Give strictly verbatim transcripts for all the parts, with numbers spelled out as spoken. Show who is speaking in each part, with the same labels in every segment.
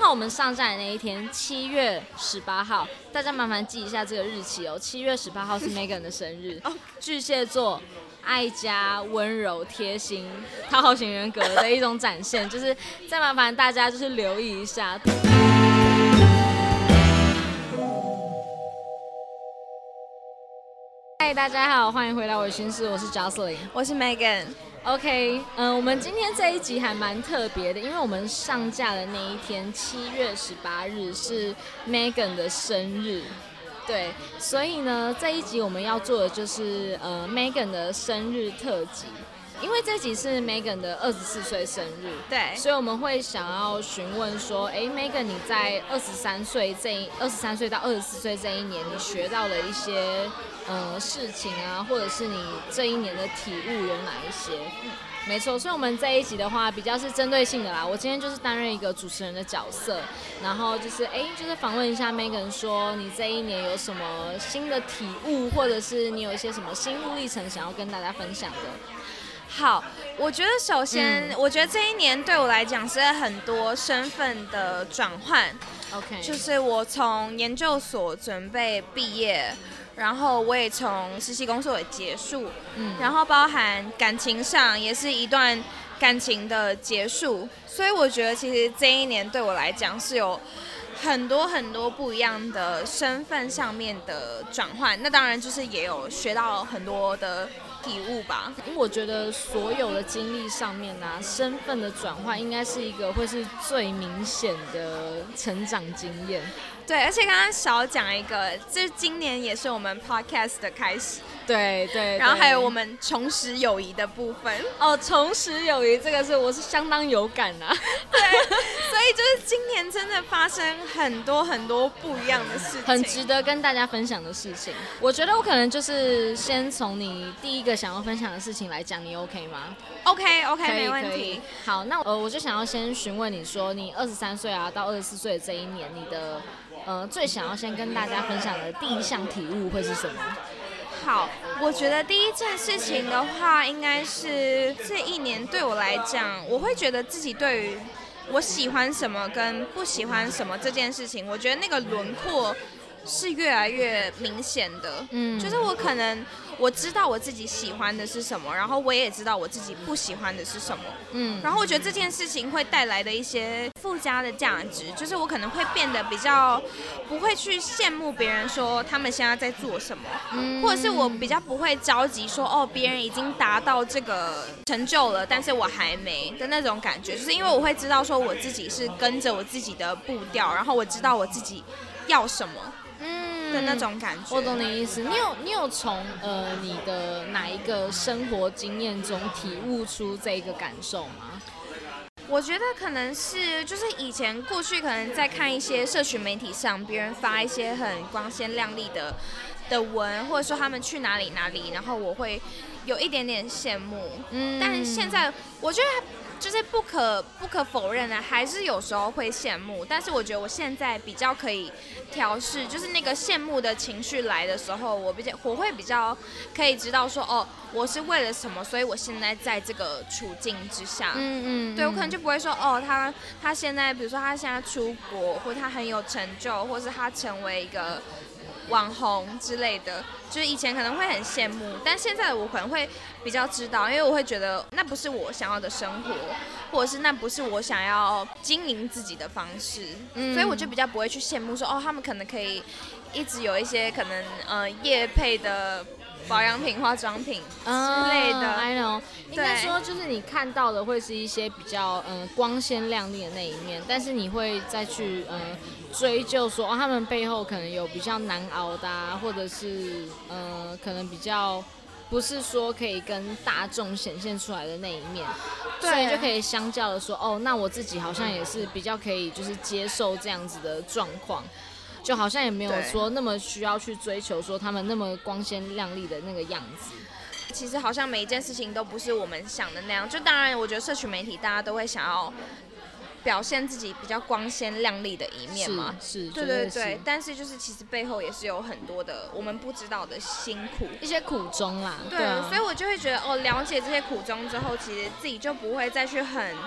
Speaker 1: 好我们上架的那一天，七月十八号，大家麻烦记一下这个日期哦。七月十八号是 Megan 的生日，巨蟹座。爱家、温柔、贴心、讨好型人格的一种展现，就是再麻烦大家就是留意一下。嗨，大家好，欢迎回来我的心事，我是 Jocelyn，
Speaker 2: 我是 Megan。OK，
Speaker 1: 嗯、呃，我们今天这一集还蛮特别的，因为我们上架的那一天，七月十八日是 Megan 的生日。对，所以呢，这一集我们要做的就是呃 Megan 的生日特辑，因为这集是 Megan 的二十四岁生日，
Speaker 2: 对，
Speaker 1: 所以我们会想要询问说，哎 ，Megan 你在二十三岁这二十三岁到二十四岁这一年，你学到的一些呃事情啊，或者是你这一年的体悟有哪一些？嗯没错，所以我们这一集的话比较是针对性的啦。我今天就是担任一个主持人的角色，然后就是哎，就是访问一下 Megan， 说你这一年有什么新的体悟，或者是你有一些什么心路历程想要跟大家分享的。
Speaker 2: 好，我觉得首先，嗯、我觉得这一年对我来讲是很多身份的转换。
Speaker 1: OK，
Speaker 2: 就是我从研究所准备毕业。然后我也从实习工作也结束，嗯，然后包含感情上也是一段感情的结束，所以我觉得其实这一年对我来讲是有很多很多不一样的身份上面的转换，那当然就是也有学到很多的体悟吧。
Speaker 1: 因为我觉得所有的经历上面啊，身份的转换应该是一个会是最明显的成长经验。
Speaker 2: 对，而且刚刚少讲一个，就是今年也是我们 podcast 的开始。
Speaker 1: 对 对, 对，
Speaker 2: 然后还有我们重拾友谊的部分。
Speaker 1: 哦，重拾友谊这个是我是相当有感啊。
Speaker 2: 对，所以就是今年真的发生很多很多不一样的事情，
Speaker 1: 很值得跟大家分享的事情。我觉得我可能就是先从你第一个想要分享的事情来讲，你 OK 吗
Speaker 2: ？OK OK，
Speaker 1: 可以
Speaker 2: 没问题。
Speaker 1: 好，那呃，我就想要先询问你说，你二十三岁啊到二十四岁的这一年，你的呃最想要先跟大家分享的第一项体悟会是什么？
Speaker 2: 好，我觉得第一件事情的话，应该是这一年对我来讲，我会觉得自己对于我喜欢什么跟不喜欢什么这件事情，我觉得那个轮廓是越来越明显的。嗯，就是我可能我知道我自己喜欢的是什么，然后我也知道我自己不喜欢的是什么。嗯，然后我觉得这件事情会带来的一些附加的价值，就是我可能会变得比较不会去羡慕别人说他们现在在做什么，嗯，或者是我比较不会着急说哦别人已经达到这个成就了，但是我还没的那种感觉，就是因为我会知道说我自己是跟着我自己的步调，然后我知道我自己要什么。嗯的那种感觉，
Speaker 1: 我懂你意思。你有你有从呃你的哪一个生活经验中体悟出这个感受吗？
Speaker 2: 我觉得可能是就是以前过去可能在看一些社群媒体上，别人发一些很光鲜亮丽的的文，或者说他们去哪里哪里，然后我会有一点点羡慕。嗯，但是现在我觉得。就是不可不可否认的，还是有时候会羡慕，但是我觉得我现在比较可以调试，就是那个羡慕的情绪来的时候，我比较我会比较可以知道说，哦，我是为了什么，所以我现在在这个处境之下，嗯嗯，对我可能就不会说，哦，他他现在比如说他现在出国，或他很有成就，或是他成为一个网红之类的，就是以前可能会很羡慕，但现在我可能会比较知道，因为我会觉得那不是我想要的生活，或者是那不是我想要经营自己的方式，嗯，所以我就比较不会去羡慕说，哦，他们可能可以一直有一些可能呃业配的保养品、化妆品之类的。
Speaker 1: I know， 应该说就是你看到的会是一些比较嗯、呃、光鲜亮丽的那一面，但是你会再去嗯、呃、追究说哦，他们背后可能有比较难熬的啊，或者是呃可能比较不是说可以跟大众显现出来的那一面，所以就可以相较的说哦，那我自己好像也是比较可以就是接受这样子的状况。就好像也没有说那么需要去追求说他们那么光鲜亮丽的那个样子。
Speaker 2: 其实好像每一件事情都不是我们想的那样。就当然，我觉得社群媒体大家都会想要表现自己比较光鲜亮丽的一面嘛，
Speaker 1: 是，是，
Speaker 2: 对对对。但是就是其实背后也是有很多的我们不知道的辛苦，
Speaker 1: 一些苦衷啦。
Speaker 2: 对，
Speaker 1: 对啊，
Speaker 2: 所以我就会觉得哦，了解这些苦衷之后，其实自己就不会再去很。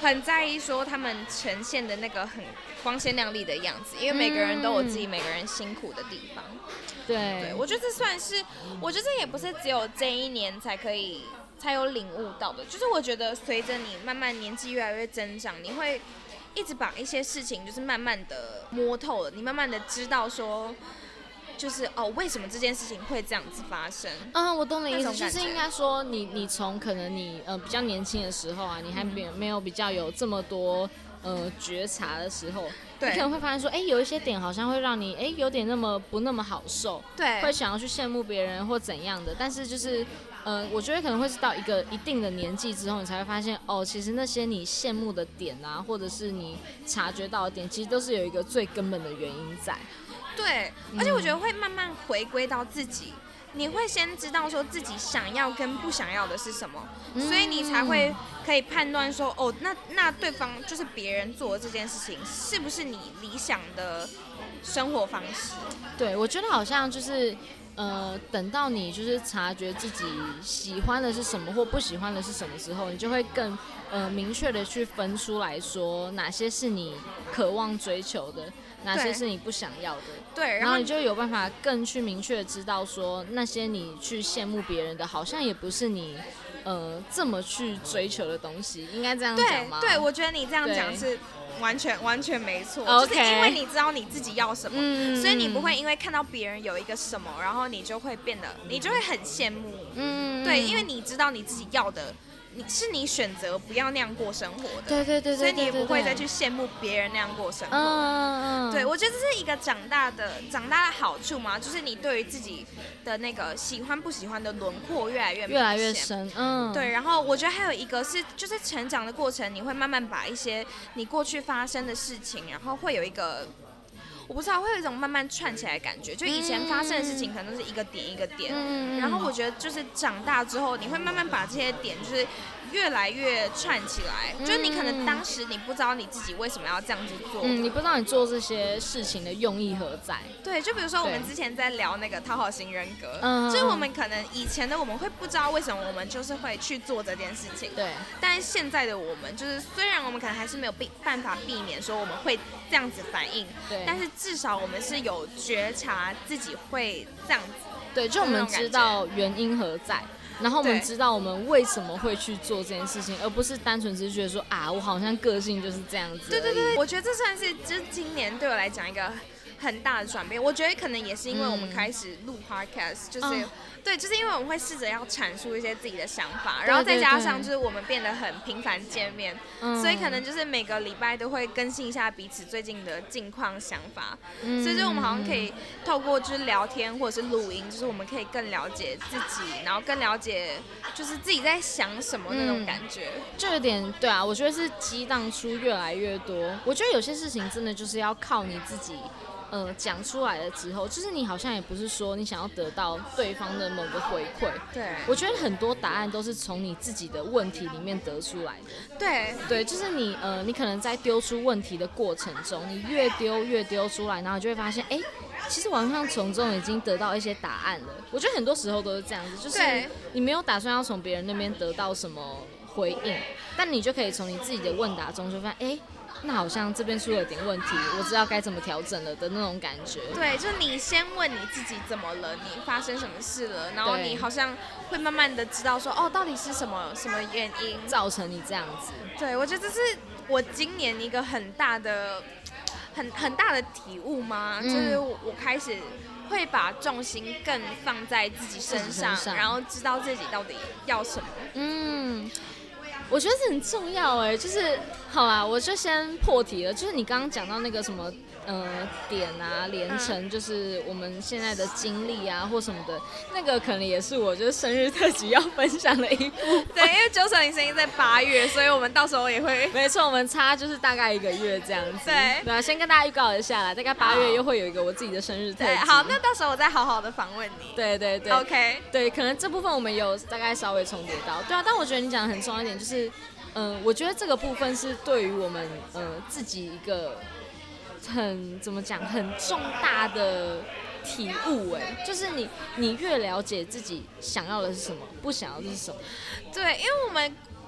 Speaker 2: 很在意说他们呈现的那个很光鲜亮丽的样子，因为每个人都有自己每个人辛苦的地方。
Speaker 1: 对，
Speaker 2: 对，我觉得这算是，我觉得这也不是只有这一年才可以才有领悟到的，就是我觉得随着你慢慢年纪越来越增长，你会一直把一些事情就是慢慢的摸透了，你慢慢的知道说。就是哦，为什么这件事情会这样子发生？
Speaker 1: 嗯，我懂你意思，就是应该说你你从可能你呃比较年轻的时候啊，你还没有没有比较有这么多呃觉察的时候，你可能会发现说，哎、欸，有一些点好像会让你哎、欸、有点那么不那么好受，
Speaker 2: 对，
Speaker 1: 会想要去羡慕别人或怎样的，但是就是呃，我觉得可能会是到一个一定的年纪之后，你才会发现哦，其实那些你羡慕的点啊，或者是你察觉到的点，其实都是有一个最根本的原因在。
Speaker 2: 对，而且我觉得会慢慢回归到自己，你会先知道说自己想要跟不想要的是什么，嗯、所以你才会可以判断说，哦，那那对方就是别人做的这件事情，是不是你理想的生活方式？
Speaker 1: 对，我觉得好像就是。呃，等到你就是察觉自己喜欢的是什么或不喜欢的是什么时候，你就会更呃明确的去分出来说哪些是你渴望追求的，哪些是你不想要的。
Speaker 2: 对，然后,
Speaker 1: 然后你就有办法更去明确的知道说那些你去羡慕别人的，好像也不是你呃这么去追求的东西，应该这样讲吗？
Speaker 2: 对，对，我觉得你这样讲是。完全完全没错，
Speaker 1: okay.
Speaker 2: 就是因为你知道你自己要什么，
Speaker 1: 嗯、
Speaker 2: 所以你不会因为看到别人有一个什么，然后你就会变得，你就会很羡慕。嗯，对，因为你知道你自己要的，你是你选择不要那样过生活的。
Speaker 1: 对对 对, 对, 对, 对, 对, 对, 对, 对, 对, 对,
Speaker 2: 所以你也不会再去羡慕别人那样过生活。
Speaker 1: 嗯嗯。
Speaker 2: 对，我觉得这是一个长大的长大的好处嘛，就是你对于自己的那个喜欢不喜欢的轮廓越来越明显，
Speaker 1: 越来越深。嗯，
Speaker 2: 对。然后我觉得还有一个是，就是成长的过程，你会慢慢把一些你过去发生的事情，然后会有一个。我不知道会有一种慢慢串起来的感觉，就以前发生的事情可能都是一个点一个点，嗯、然后我觉得就是长大之后，你会慢慢把这些点就是越来越串起来，嗯、就是你可能当时你不知道你自己为什么要这样子做，
Speaker 1: 嗯，你不知道你做这些事情的用意何在。
Speaker 2: 对，就比如说我们之前在聊那个讨好型人格，嗯，就是我们可能以前的我们会不知道为什么我们就是会去做这件事情，
Speaker 1: 对，
Speaker 2: 但是现在的我们就是虽然我们可能还是没有办法避免说我们会这样子反应，对，但是至少我们是有觉察自己会这样子，
Speaker 1: 对，就我们知道原因何在，然后我们知道我们为什么会去做这件事情，而不是单纯只是觉得说啊，我好像个性就是这样子。
Speaker 2: 对对对，我觉得这算是就是今年对我来讲一个很大的转变。我觉得可能也是因为我们开始录 podcast，、嗯、就是、哦、对，就是因为我们会试着要阐述一些自己的想法，然后再加上就是我们变得很频繁见面，嗯、所以可能就是每个礼拜都会更新一下彼此最近的近况想法，嗯、所以就我们好像可以透过就是聊天或者是录音，就是我们可以更了解自己，然后更了解就是自己在想什么那种感觉，嗯、
Speaker 1: 就有点对啊，我觉得是激荡出越来越多。我觉得有些事情真的就是要靠你自己。呃，讲出来了之后，就是你好像也不是说你想要得到对方的某个回馈，
Speaker 2: 对，
Speaker 1: 我觉得很多答案都是从你自己的问题里面得出来的，
Speaker 2: 对，
Speaker 1: 对，就是你呃，你可能在丢出问题的过程中，你越丢越丢出来，然后你就会发现，哎，其实我好像从中已经得到一些答案了。我觉得很多时候都是这样子，就是你没有打算要从别人那边得到什么回应，但你就可以从你自己的问答中就发现，哎。那好像这边出了点问题，我知道该怎么调整了的那种感觉。
Speaker 2: 对，就是你先问你自己怎么了，你发生什么事了，然后你好像会慢慢的知道说，哦，到底是什么什么原因
Speaker 1: 造成你这样子。
Speaker 2: 对，我觉得这是我今年一个很大的、很很大的体悟吗？嗯、就是我开始会把重心更放在自己身上，身上然后知道自己到底要什么。嗯。
Speaker 1: 我觉得这很重要哎，就是好啦，我就先破题了。就是你刚刚讲到那个什么呃点啊，连成就是我们现在的经历啊，或什么的，那个可能也是我就是生日特辑要分享的一部分。
Speaker 2: 对，因为九九零声音在八月，所以我们到时候也会。
Speaker 1: 没错，我们差就是大概一个月这样子。
Speaker 2: 对，
Speaker 1: 对啊，先跟大家预告一下啦，大概八月又会有一个我自己的生日特辑。
Speaker 2: 对，好，那到时候我再好好的访问你。
Speaker 1: 对对对
Speaker 2: ，OK。
Speaker 1: 对，可能这部分我们有大概稍微重叠到。对啊，但我觉得你讲的很重要一点就是。嗯、呃，我觉得这个部分是对于我们呃自己一个很怎么讲很重大的体悟哎，就是你你越了解自己想要的是什么，不想要的是什么。
Speaker 2: 对，因为我们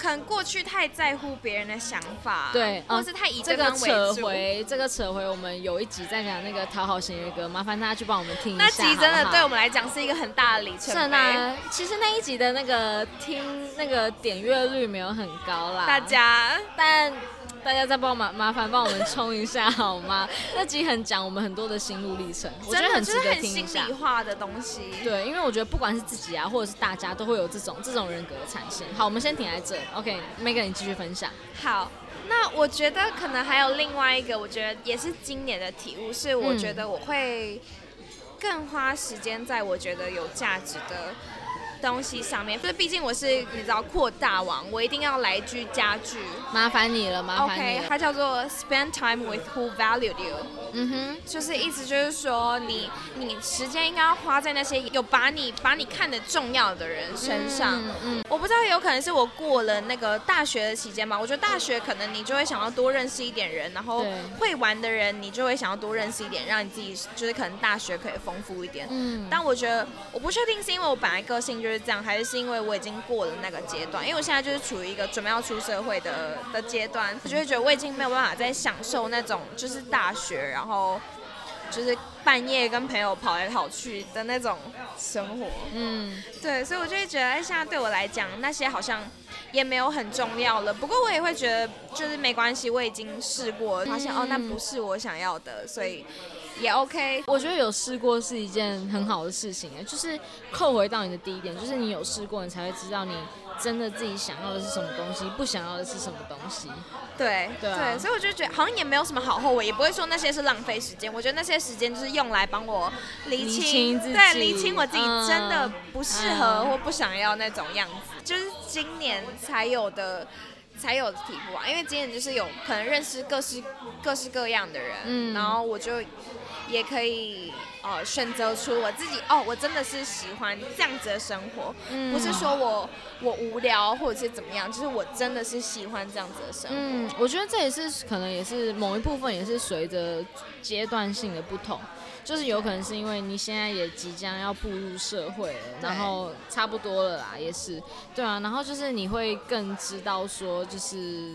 Speaker 2: 可能过去太在乎别人的想法，
Speaker 1: 对，
Speaker 2: 或是太以
Speaker 1: 这个
Speaker 2: 对方为
Speaker 1: 扯
Speaker 2: 主。
Speaker 1: 回这个扯回我们有一集在讲那个讨好型人格，麻烦大家去帮我们听一下。
Speaker 2: 那集真的
Speaker 1: 好不好
Speaker 2: 对我们来讲是一个很大的里程碑。
Speaker 1: 是呢，其实那一集的那个听那个点阅率没有很高啦，
Speaker 2: 大家，
Speaker 1: 但大家再帮麻麻烦帮我们冲一下好吗？那集很讲我们很多的心路历程，我觉得很值得听一下。
Speaker 2: 就是很心里话的东西。
Speaker 1: 对，因为我觉得不管是自己啊，或者是大家，都会有这种这种人格的产生。好，我们先停在这。OK，Megan，、okay, 你继续分享。
Speaker 2: 好，那我觉得可能还有另外一个，我觉得也是今年的体悟，是我觉得我会更花时间在我觉得有价值的东西上面，就是毕竟我是你知道扩大王，我一定要来一句佳句，
Speaker 1: 麻烦你了，麻烦你了。
Speaker 2: OK， 它叫做 Spend time with who valued you。
Speaker 1: 嗯哼，
Speaker 2: 就是意思就是说你，你时间应该要花在那些有把你把你看得重要的人身上。
Speaker 1: 嗯嗯，
Speaker 2: 我不知道有可能是我过了那个大学的期间吧。我觉得大学可能你就会想要多认识一点人，然后会玩的人你就会想要多认识一点，让你自己就是可能大学可以丰富一点。嗯，但我觉得我不确定是因为我本来个性就是这样，还是是因为我已经过了那个阶段。因为我现在就是处于一个准备要出社会的的阶段，我就会觉得我已经没有办法再享受那种就是大学，然后就是半夜跟朋友跑来跑去的那种生活。嗯，对，所以我就会觉得，哎，现在对我来讲，那些好像也没有很重要了。不过我也会觉得，就是没关系，我已经试过，发现、嗯、哦，那不是我想要的，所以也 OK。
Speaker 1: 我觉得有试过是一件很好的事情，就是扣回到你的第一点，就是你有试过，你才会知道你真的自己想要的是什么东西，不想要的是什么东西。
Speaker 2: 对 对,、啊、对，所以我就觉得好像也没有什么好后悔，也不会说那些是浪费时间。我觉得那些时间就是用来帮我厘清，
Speaker 1: 厘清自己，
Speaker 2: 对，厘清我自己真的不适合或不想要那种样子，嗯、就是今年才有的。才有的体悟啊，因为今年就是有可能认识各式各式各样的人，嗯、然后我就也可以呃选择出我自己哦，我真的是喜欢这样子的生活，嗯、不是说我我无聊或者是怎么样，就是我真的是喜欢这样子的生活。
Speaker 1: 嗯，我觉得这也是可能也是某一部分也是随着阶段性的不同。就是有可能是因为你现在也即将要步入社会了，然后差不多了啦，也是，对啊，然后就是你会更知道说，就是，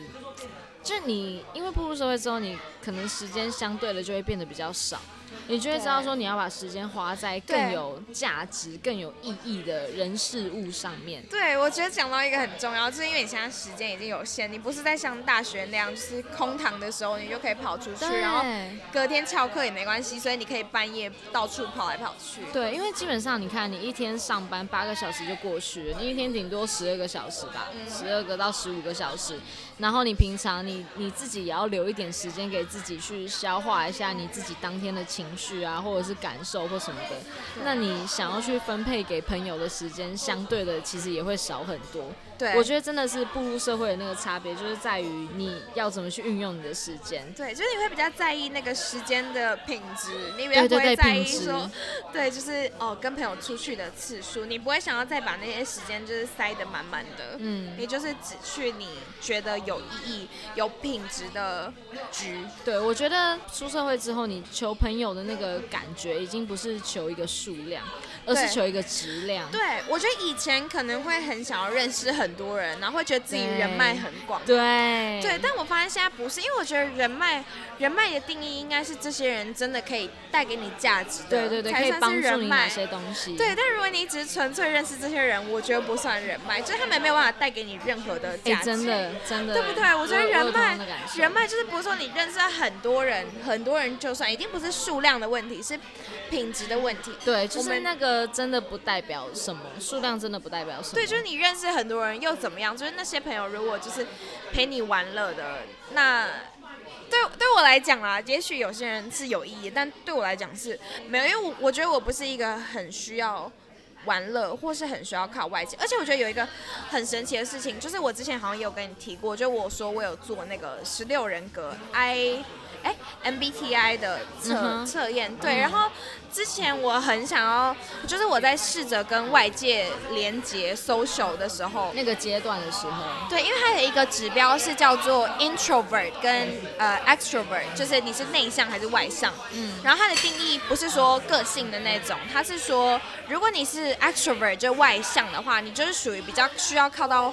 Speaker 1: 就是你因为步入社会之后，你可能时间相对的就会变得比较少。你就会知道说你要把时间花在更有价值、更有意义的人事物上面。
Speaker 2: 对，我觉得讲到一个很重要，就是因为你现在时间已经有限，你不是在像大学那样，就是空堂的时候你就可以跑出去，然后隔天翘课也没关系，所以你可以半夜到处跑来跑去。
Speaker 1: 对，因为基本上你看，你一天上班八个小时就过去了，你一天顶多十二个小时吧，十二个到十五个小时，然后你平常你你自己也要留一点时间给自己去消化一下你自己当天的情绪啊，或者是感受或什么的，那你想要去分配给朋友的时间，相对的其实也会少很多。
Speaker 2: 对，
Speaker 1: 我觉得真的是步入社会的那个差别，就是在于你要怎么去运用你的时间。
Speaker 2: 对，就是你会比较在意那个时间的品质，你比较不会在意说，对，就是哦跟朋友出去的次数，你不会想要再把那些时间就是塞得满满的。嗯，你就是只去你觉得有意义、有品质的局。
Speaker 1: 对，我觉得出社会之后，你求朋友的那个感觉已经不是求一个数量，而是求一个质量。
Speaker 2: 对，我觉得以前可能会很想要认识很多人，然后会觉得自己人脉很广。
Speaker 1: 对，
Speaker 2: 对，但我发现现在不是，因为我觉得人脉人脉的定义应该是这些人真的可以带给你价值的，
Speaker 1: 对对对，可以帮助你哪些东西。
Speaker 2: 对，但如果你只是纯粹认识这些人，我觉得不算人脉，就是他们没有办法带给你任何的价值。
Speaker 1: 欸、真的真的，
Speaker 2: 对不对？我觉得人脉人脉就是不是说你认识很多人，很多人就算，一定不是数量的问题，是品质的问题。
Speaker 1: 对，就是那个真的不代表什么，数量真的不代表什么。
Speaker 2: 对，就是你认识很多人又怎么样？就是那些朋友如果就是陪你玩乐的，那对对我来讲啦，也许有些人是有意义，但对我来讲是没有，因为我我觉得我不是一个很需要玩乐或是很需要靠外界，而且我觉得有一个很神奇的事情，就是我之前好像也有跟你提过，就我说我有做那个十六人格 I 哎 M B T I 的测测验，对，然后之前我很想要，就是我在试着跟外界连接 social 的时候，
Speaker 1: 那个阶段的时候，
Speaker 2: 对，因为它有一个指标是叫做 introvert 跟呃 extrovert， 就是你是内向还是外向，嗯，然后它的定义不是说个性的那种，它是说如果你是 extrovert 就外向的话，你就是属于比较需要靠到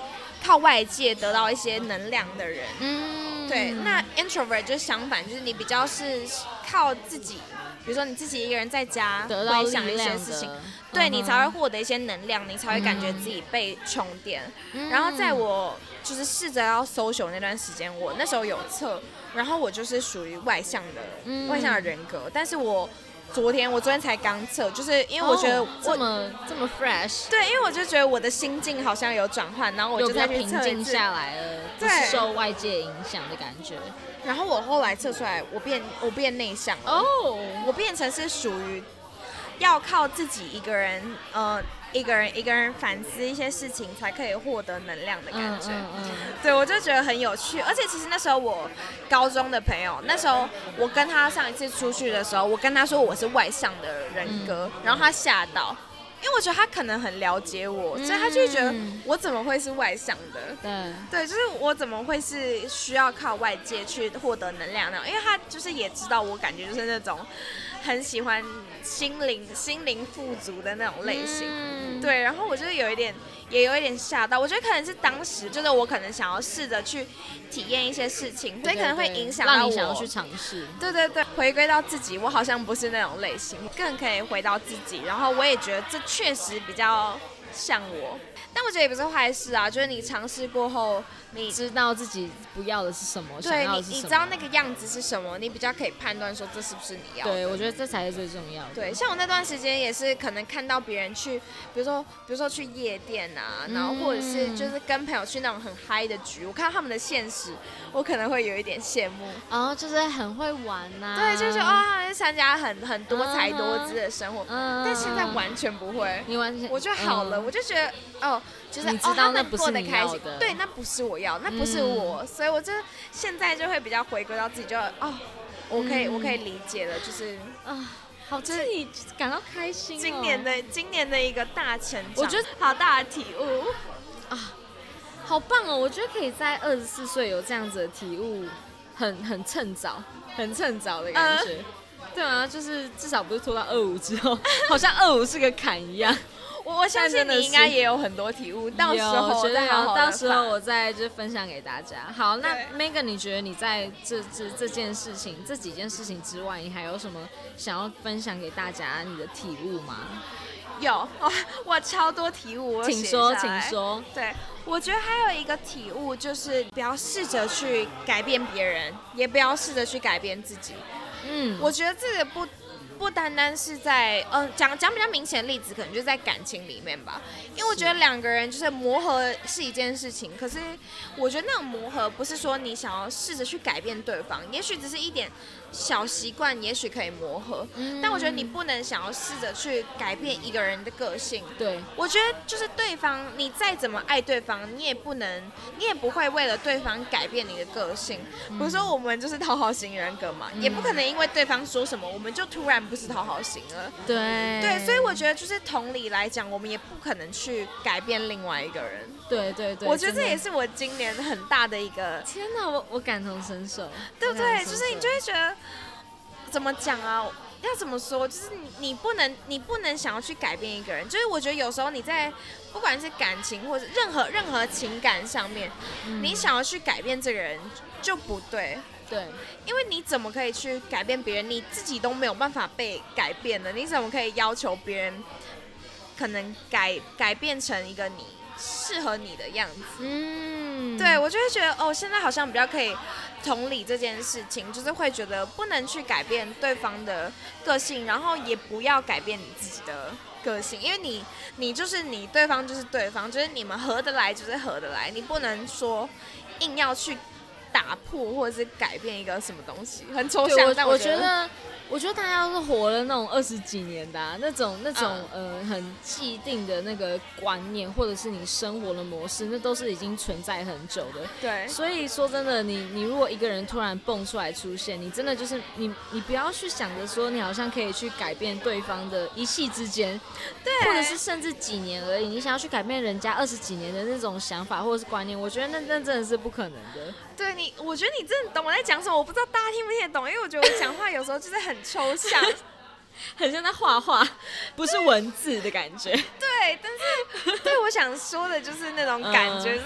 Speaker 2: 靠外界得到一些能量的人。
Speaker 1: 嗯，
Speaker 2: 对，那 introvert 就相反，就是你比较是靠自己，比如说你自己一个人在家
Speaker 1: 得到
Speaker 2: 回想一些事情，对、嗯、你才会获得一些能量，你才会感觉自己被充电、嗯。然后在我就是试着要 social 那段时间，我那时候有测，然后我就是属于外向的、嗯、外向的人格，但是我。昨天我昨天才刚测，就是因为我觉得我、
Speaker 1: 哦、这么这么 fresh，
Speaker 2: 对，因为我就觉得我的心境好像有转换，然后我就再去测一次，
Speaker 1: 平静下来了，不是受外界影响的感觉。
Speaker 2: 然后我后来测出来，我变我变内向了，哦、oh ，我变成是属于要靠自己一个人，呃。一个人一个人反思一些事情，才可以获得能量的感觉。嗯嗯嗯、对，我就觉得很有趣。而且其实那时候我高中的朋友，那时候我跟他上一次出去的时候，我跟他说我是外向的人格，嗯、然后他吓到，因为我觉得他可能很了解我，嗯、所以他就会觉得我怎么会是外向的？对，对，就是我怎么会是需要靠外界去获得能量呢？因为他就是也知道我感觉就是那种很喜欢心灵心灵富足的那种类型。嗯对，然后我就是有一点，也有一点吓到。我觉得可能是当时，就是我可能想要试着去体验一些事情，所以可能会影响到我，
Speaker 1: 让你想要去尝试。
Speaker 2: 对对对，回归到自己，我好像不是那种类型，更可以回到自己。然后我也觉得这确实比较像我。但我觉得也不是坏事啊，就是你尝试过后，你
Speaker 1: 知道自己不要的是什么，想要的是什么，
Speaker 2: 你知道那个样子是什么，你比较可以判断说这是不是你要的。
Speaker 1: 对，我觉得这才是最重要的。
Speaker 2: 对，像我那段时间也是可能看到别人去，比如说比如说去夜店啊，然后或者是就是跟朋友去那种很嗨的局，我看到他们的现实，我可能会有一点羡慕。
Speaker 1: 哦，就是很会玩呐、啊。
Speaker 2: 对，就是哦，他们参加很很多才多姿的生活，嗯、但现在完全不会。
Speaker 1: 你完全，
Speaker 2: 我就好了，嗯、我就觉得哦。就是
Speaker 1: 你知道那不是你要的，
Speaker 2: 哦、对，那不是我要，那不是我，嗯、所以我就现在就会比较回归到自己就，就哦，我可以，嗯、我可以理解了，就是啊，
Speaker 1: 好，自己感到开心，哦。
Speaker 2: 今年的今年的一个大成长，
Speaker 1: 我觉得
Speaker 2: 好大的体悟
Speaker 1: 啊，好棒哦！我觉得可以在二十四岁有这样子的体悟，很很趁早，很趁早的感觉。呃、对啊，就是至少不是拖到二五之后，好像二五是个坎一样。
Speaker 2: 我我相信你应该也有很多体悟，到时候我再好好
Speaker 1: 到时候我再就分享给大家。好，那 Megan， 你觉得你在这这这件事情、这几件事情之外，你还有什么想要分享给大家你的体悟吗？
Speaker 2: 有，我超多体悟，我
Speaker 1: 请说，请说。
Speaker 2: 对，我觉得还有一个体悟就是不要试着去改变别人，也不要试着去改变自己。嗯，我觉得这个不。不单单是在，嗯、呃，讲讲比较明显的例子，可能就是在感情里面吧。因为我觉得两个人就是磨合是一件事情，可是我觉得那种磨合不是说你想要试着去改变对方，也许只是一点小习惯，也许可以磨合。嗯、但我觉得你不能想要试着去改变一个人的个性。
Speaker 1: 对，
Speaker 2: 我觉得就是对方，你再怎么爱对方，你也不能，你也不会为了对方改变你的个性。比如说我们就是讨好型人格嘛，嗯、也不可能因为对方说什么，我们就突然不是讨好型了。
Speaker 1: 对
Speaker 2: 对，所以我觉得就是同理来讲，我们也不可能去改变另外一个人。
Speaker 1: 对对对，
Speaker 2: 我觉得这也是我今年很大的一个。
Speaker 1: 天哪，我我感同身受，
Speaker 2: 对不对？就是你就会觉得怎么讲啊？要怎么说？就是你你不能你不能想要去改变一个人。就是我觉得有时候你在不管是感情或者任何任何情感上面，嗯、你想要去改变这个人就不对。
Speaker 1: 对，
Speaker 2: 因为你怎么可以去改变别人？你自己都没有办法被改变的，你怎么可以要求别人可能改改变成一个你适合你的样子？嗯，对，我就会觉得哦，现在好像比较可以同理这件事情，就是会觉得不能去改变对方的个性，然后也不要改变你自己的个性，因为你你就是你，对方就是对方，就是你们合得来就是合得来，你不能说硬要去打破或者是改变一个什么东西，很抽象。但我觉得，
Speaker 1: 我觉得，我觉得大家要是活了那种二十几年的、啊、那种那种、嗯、呃很既定的那个观念，或者是你生活的模式，那都是已经存在很久的。
Speaker 2: 对。所
Speaker 1: 以说真的，你你如果一个人突然蹦出来出现，你真的就是你你不要去想着说你好像可以去改变对方的一夕之间，
Speaker 2: 对，
Speaker 1: 或者是甚至几年而已，你想要去改变人家二十几年的那种想法或者是观念，我觉得那那真的是不可能的。
Speaker 2: 对你，我觉得你真的懂我在讲什么，我不知道大家听不听得懂，因为我觉得我讲话有时候就是很抽象，
Speaker 1: 很像在画画，不是文字的感觉。
Speaker 2: 对，但是对我想说的就是那种感觉，嗯、就是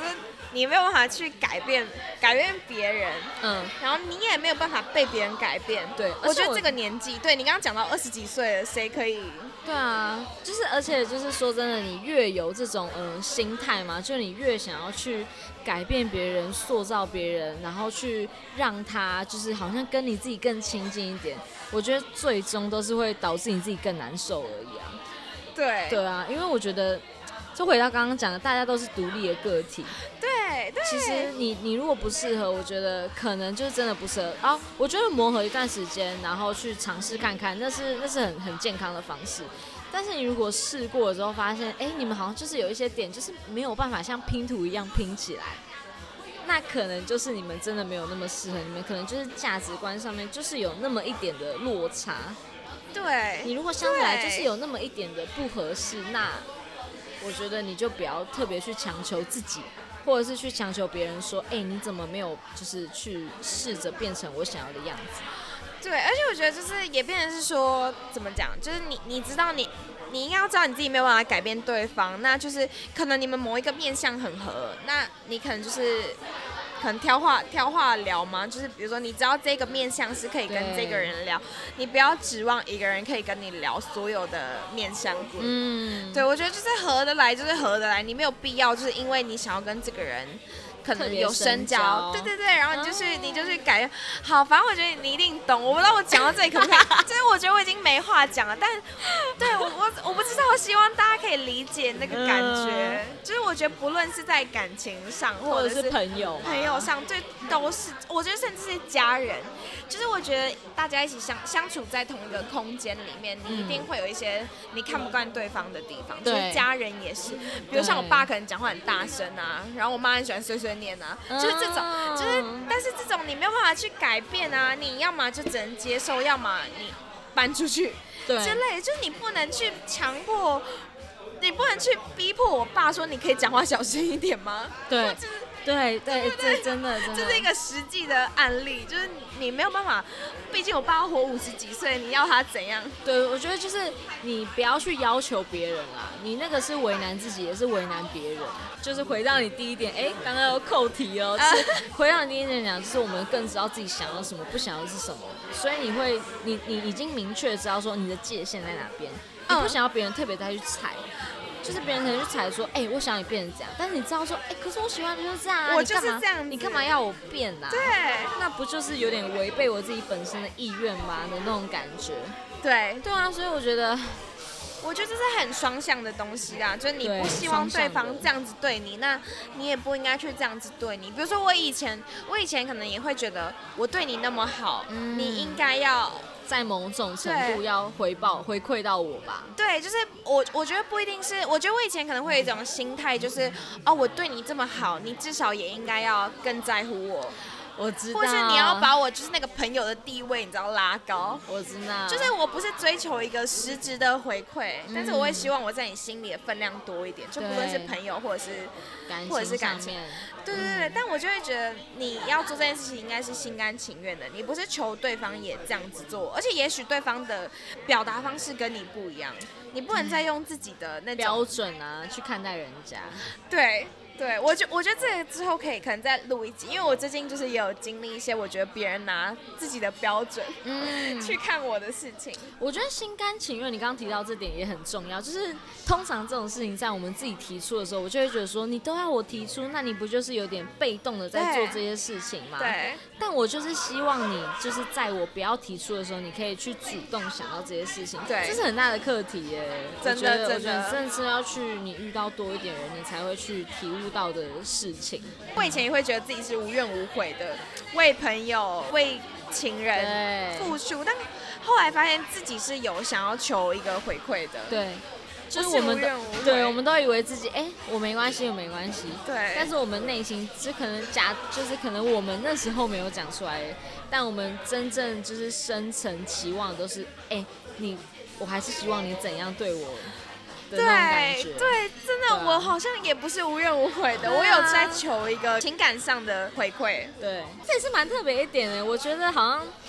Speaker 2: 你没有办法去改变改变别人，
Speaker 1: 嗯，
Speaker 2: 然后你也没有办法被别人改变。
Speaker 1: 对，
Speaker 2: 我觉得这个年纪，对你刚刚讲到二十几岁了，谁可以？
Speaker 1: 对啊，就是而且就是说真的，你越有这种嗯、呃、心态嘛，就你越想要去改变别人、塑造别人，然后去让他就是好像跟你自己更亲近一点。我觉得最终都是会导致你自己更难受而已啊。
Speaker 2: 对
Speaker 1: 对啊，因为我觉得，就回到刚刚讲的，大家都是独立的个体。
Speaker 2: 对对。
Speaker 1: 其实你你如果不适合，我觉得可能就是真的不适合啊。我觉得磨合一段时间，然后去尝试看看，那是那是很很健康的方式。但是你如果试过了之后，发现哎，你们好像就是有一些点，就是没有办法像拼图一样拼起来。那可能就是你们真的没有那么适合，你们可能就是价值观上面就是有那么一点的落差。
Speaker 2: 对，
Speaker 1: 你如果相处来就是有那么一点的不合适，那我觉得你就不要特别去强求自己，或者是去强求别人说，哎、欸，你怎么没有就是去试着变成我想要的样子？
Speaker 2: 对，而且我觉得就是也变成是说，怎么讲，就是你你知道你。你应该要知道你自己没有办法改变对方，那就是可能你们某一个面向很合，那你可能就是可能挑话挑话聊嘛，就是比如说你知道这个面向是可以跟这个人聊，你不要指望一个人可以跟你聊所有的面向。嗯，对，我觉得就是合得来就是合得来，你没有必要就是因为你想要跟这个人。可能有深交，对对对，然后你就是、哦、你就是改好，反正我觉得你一定懂。我不知道我讲到这里可不可以，就是我觉得我已经没话讲了，但对我我我不知道，我希望大家可以理解那个感觉，嗯、就是我觉得不论是在感情上，或者是
Speaker 1: 朋友
Speaker 2: 朋友上，对，都是我觉得甚至是家人，就是我觉得大家一起相相处在同一个空间里面，你一定会有一些你看不惯对方的地方，嗯、就是家人也是，比如像我爸可能讲话很大声啊，然后我妈很喜欢碎碎念啊，就是这种，就是，但是这种你没有办法去改变啊，你要么就只能接受，要么你搬出去之类的，就是你不能去强迫，你不能去逼迫我爸说你可以讲话小声一点吗？
Speaker 1: 对。对对，这真的真的，
Speaker 2: 这是一个实际的案例，就是你没有办法，毕竟我爸活五十几岁，你要他怎样？
Speaker 1: 对，我觉得就是你不要去要求别人啦，你那个是为难自己，也是为难别人。就是回到你第一点，哎，刚刚又扣题哦，就是回到你第一点讲，就是我们更知道自己想要什么，不想要是什么，所以你会，你你已经明确知道说你的界限在哪边，你不想要别人特别再去踩。就是别人可能去踩说，哎、欸，我想你变成这样，但是你知道说，哎、欸，可是我喜欢的就是这样啊，
Speaker 2: 我就是这样，
Speaker 1: 你干嘛要我变啊？
Speaker 2: 对，
Speaker 1: 那不就是有点违背我自己本身的意愿吗的那种感觉？
Speaker 2: 对，
Speaker 1: 对啊，所以我觉得，
Speaker 2: 我觉得这是很双向的东西啦，就是你不希望对方这样子对你，那你也不应该去这样子对你。比如说我以前，我以前可能也会觉得，我对你那么好，嗯、你应该要。
Speaker 1: 在某种程度要回报回馈到我吧。
Speaker 2: 对，就是我我觉得不一定是，我觉得我以前可能会有一种心态，就是哦，我对你这么好，你至少也应该要更在乎我。
Speaker 1: 我知道，
Speaker 2: 或是你要把我就是那个朋友的地位，你知道拉高。
Speaker 1: 我知道，
Speaker 2: 就是我不是追求一个实质的回馈，嗯、但是我会希望我在你心里的分量多一点，就不论是朋友或者是或者是感情。对对对，嗯、但我就会觉得你要做这件事情应该是心甘情愿的，你不是求对方也这样子做，而且也许对方的表达方式跟你不一样，你不能再用自己的那种
Speaker 1: 标准啊去看待人家。
Speaker 2: 对。对，我觉我觉得这个之后可以可能再录一集，因为我最近就是也有经历一些，我觉得别人拿自己的标准，嗯，去看我的事情。
Speaker 1: 我觉得心甘情愿，你刚刚提到这点也很重要，就是通常这种事情在我们自己提出的时候，我就会觉得说，你都要我提出，那你不就是有点被动的在做这些事情吗？
Speaker 2: 对。
Speaker 1: 但我就是希望你就是在我不要提出的时候，你可以去主动想到这些事情。
Speaker 2: 对。
Speaker 1: 这是很大的课题耶，
Speaker 2: 真的真的。
Speaker 1: 我觉得真的是要去你遇到多一点人，你才会去体悟到的事情。
Speaker 2: 我以前也会觉得自己是无怨无悔的，为朋友、为情人付出，但后来发现自己是有想要求一个回馈的。
Speaker 1: 对，就是我们都对，我们都以为自己哎、欸，我没关系，我没关系。
Speaker 2: 对，
Speaker 1: 但是我们内心就可能假，就是可能我们那时候没有讲出来，但我们真正就是深层期望都是哎、欸，你，我还是希望你怎样对我。对
Speaker 2: 对，真的，我好像也不是无怨无悔的，啊、我有在求一个情感上的回馈。
Speaker 1: 对，这也是蛮特别一点的。我觉得好像，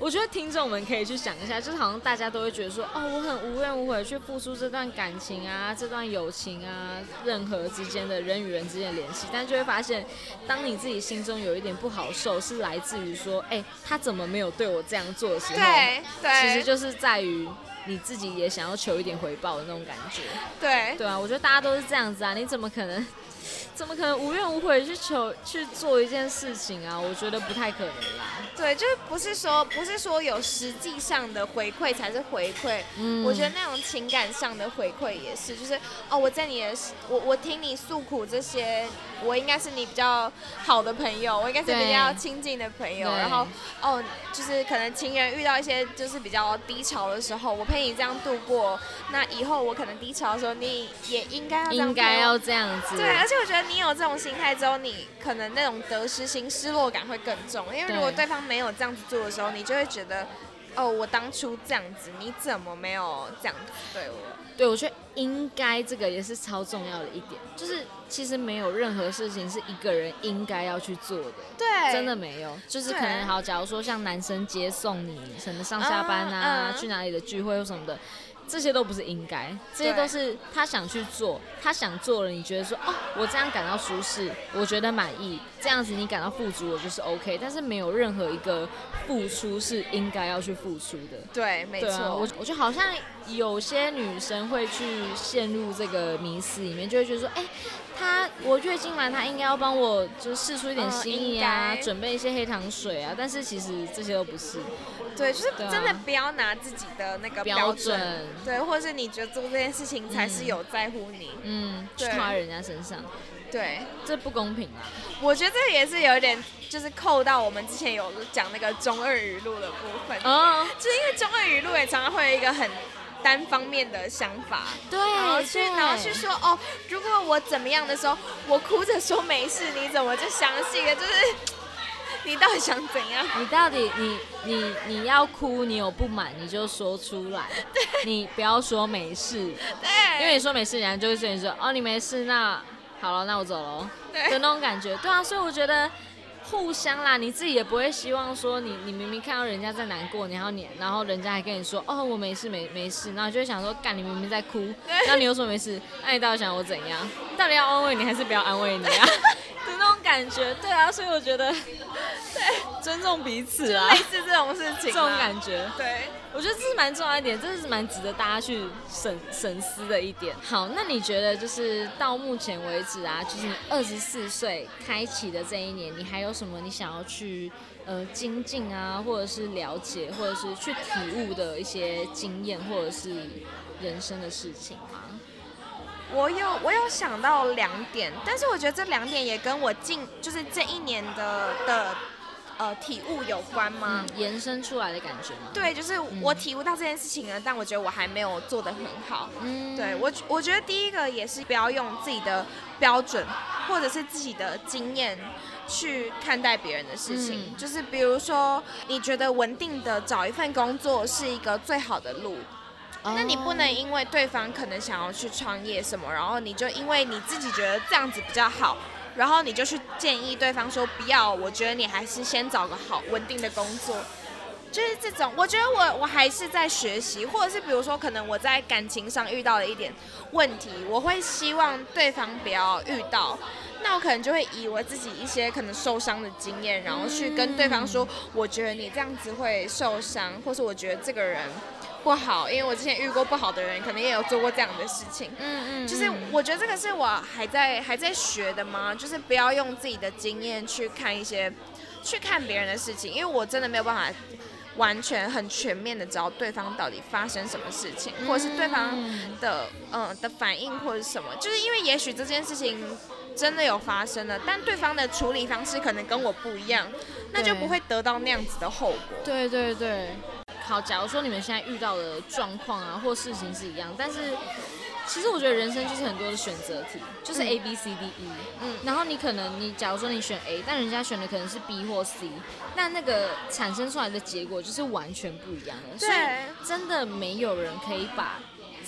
Speaker 1: 我觉得听众们可以去想一下，就是好像大家都会觉得说，哦，我很无怨无悔去付出这段感情啊，这段友情啊，任何之间的人与人之间的联系，但就会发现，当你自己心中有一点不好受，是来自于说，哎、欸，他怎么没有对我这样做的时候，
Speaker 2: 对对，
Speaker 1: 其实就是在于你自己也想要求一点回报的那种感觉。
Speaker 2: 对
Speaker 1: 对啊，我觉得大家都是这样子啊，你怎么可能？怎么可能无怨无悔去求去做一件事情啊？我觉得不太可能啦。
Speaker 2: 对，就是不是说不是说有实际上的回馈才是回馈，嗯，我觉得那种情感上的回馈也是，就是哦，我在你的我我听你诉苦这些，我应该是你比较好的朋友，我应该是比较亲近的朋友，然后哦，就是可能情人遇到一些就是比较低潮的时候，我陪你这样度过，那以后我可能低潮的时候，你也应该要这样
Speaker 1: 应该要这样子。
Speaker 2: 对，而且我觉得你有这种心态之后，你可能那种得失心、失落感会更重，因为如果对方没有这样子做的时候，你就会觉得，哦，我当初这样子，你怎么没有这样子对我？
Speaker 1: 对，我觉得应该这个也是超重要的一点，就是其实没有任何事情是一个人应该要去做的，
Speaker 2: 对，
Speaker 1: 真的没有，就是可能好，假如说像男生接送你，什么上下班啊，嗯嗯、去哪里的聚会或什么的。这些都不是应该，这些都是他想去做，他想做了，你觉得说哦，我这样感到舒适，我觉得满意，这样子你感到富足，我就是 OK。但是没有任何一个付出是应该要去付出的。
Speaker 2: 对，没错。
Speaker 1: 啊、我我觉得好像有些女生会去陷入这个迷思里面，就会觉得说，哎、欸，他我月经来，他应该要帮我就是释出一点心意啊，准备一些黑糖水啊。但是其实这些都不是。
Speaker 2: 对，就是真的不要拿自己的那个标准，
Speaker 1: 标准
Speaker 2: 对，或者是你觉得做这件事情才是有在乎你，
Speaker 1: 嗯，去套在人家身上，
Speaker 2: 对，
Speaker 1: 这不公平啊！
Speaker 2: 我觉得这也是有一点，就是扣到我们之前有讲那个中二语录的部分，哦，就是因为中二语录也常常会有一个很单方面的想法，
Speaker 1: 对，
Speaker 2: 然后去然后去说哦，如果我怎么样的时候，我哭着说没事，你怎么就相信了？就是。你到底想怎样？
Speaker 1: 你到底你你你要哭，你有不满你就说出来，你不要说没事，
Speaker 2: 对，
Speaker 1: 因为你说没事，人家就会对你说哦你没事，那好了，那我走了，的那种感觉，对啊，所以我觉得互相啦，你自己也不会希望说你你明明看到人家在难过，然后你然后人家还跟你说哦我没事没没事，然后就会想说干你明明在哭，那你又说没事，那你到底想我怎样？到底要安慰你还是不要安慰你啊？的那种感觉，对啊，所以我觉得，对，尊重彼此啊，
Speaker 2: 类似这种事情、啊，
Speaker 1: 这种感觉，
Speaker 2: 对，
Speaker 1: 我觉得这是蛮重要一点，这是蛮值得大家去审审思的一点。好，那你觉得就是到目前为止啊，就是你二十四岁开启的这一年，你还有什么你想要去呃精进啊，或者是了解，或者是去体悟的一些经验，或者是人生的事情吗？
Speaker 2: 我有我有想到两点，但是我觉得这两点也跟我近就是这一年的的呃体悟有关吗？
Speaker 1: 嗯、延伸出来的感觉吗？
Speaker 2: 对，就是我体悟到这件事情了，但我觉得我还没有做得很好。嗯，对我我觉得第一个也是不要用自己的标准或者是自己的经验去看待别人的事情，嗯、就是比如说你觉得稳定的找一份工作是一个最好的路。那你不能因为对方可能想要去创业什么，然后你就因为你自己觉得这样子比较好，然后你就去建议对方说不要，我觉得你还是先找个好稳定的工作。就是这种，我觉得我我还是在学习，或者是比如说可能我在感情上遇到了一点问题，我会希望对方不要遇到，那我可能就会以我自己一些可能受伤的经验，然后去跟对方说，我觉得你这样子会受伤，或是我觉得这个人不好，因为我之前遇过不好的人，可能也有做过这样的事情。嗯嗯，就是我觉得这个是我还在还在学的嘛，就是不要用自己的经验去看一些去看别人的事情，因为我真的没有办法完全很全面的知道对方到底发生什么事情，或者是对方的嗯、呃、的反应或者什么，就是因为也许这件事情真的有发生了，但对方的处理方式可能跟我不一样，那就不会得到那样子的后果。
Speaker 1: 对对对。好，假如说你们现在遇到的状况啊或事情是一样，但是其实我觉得人生就是很多的选择题，就是 A B C D E， 嗯，然后你可能你假如说你选 A， 但人家选的可能是 B 或 C， 那那个产生出来的结果就是完全不一样的。所以真的没有人可以把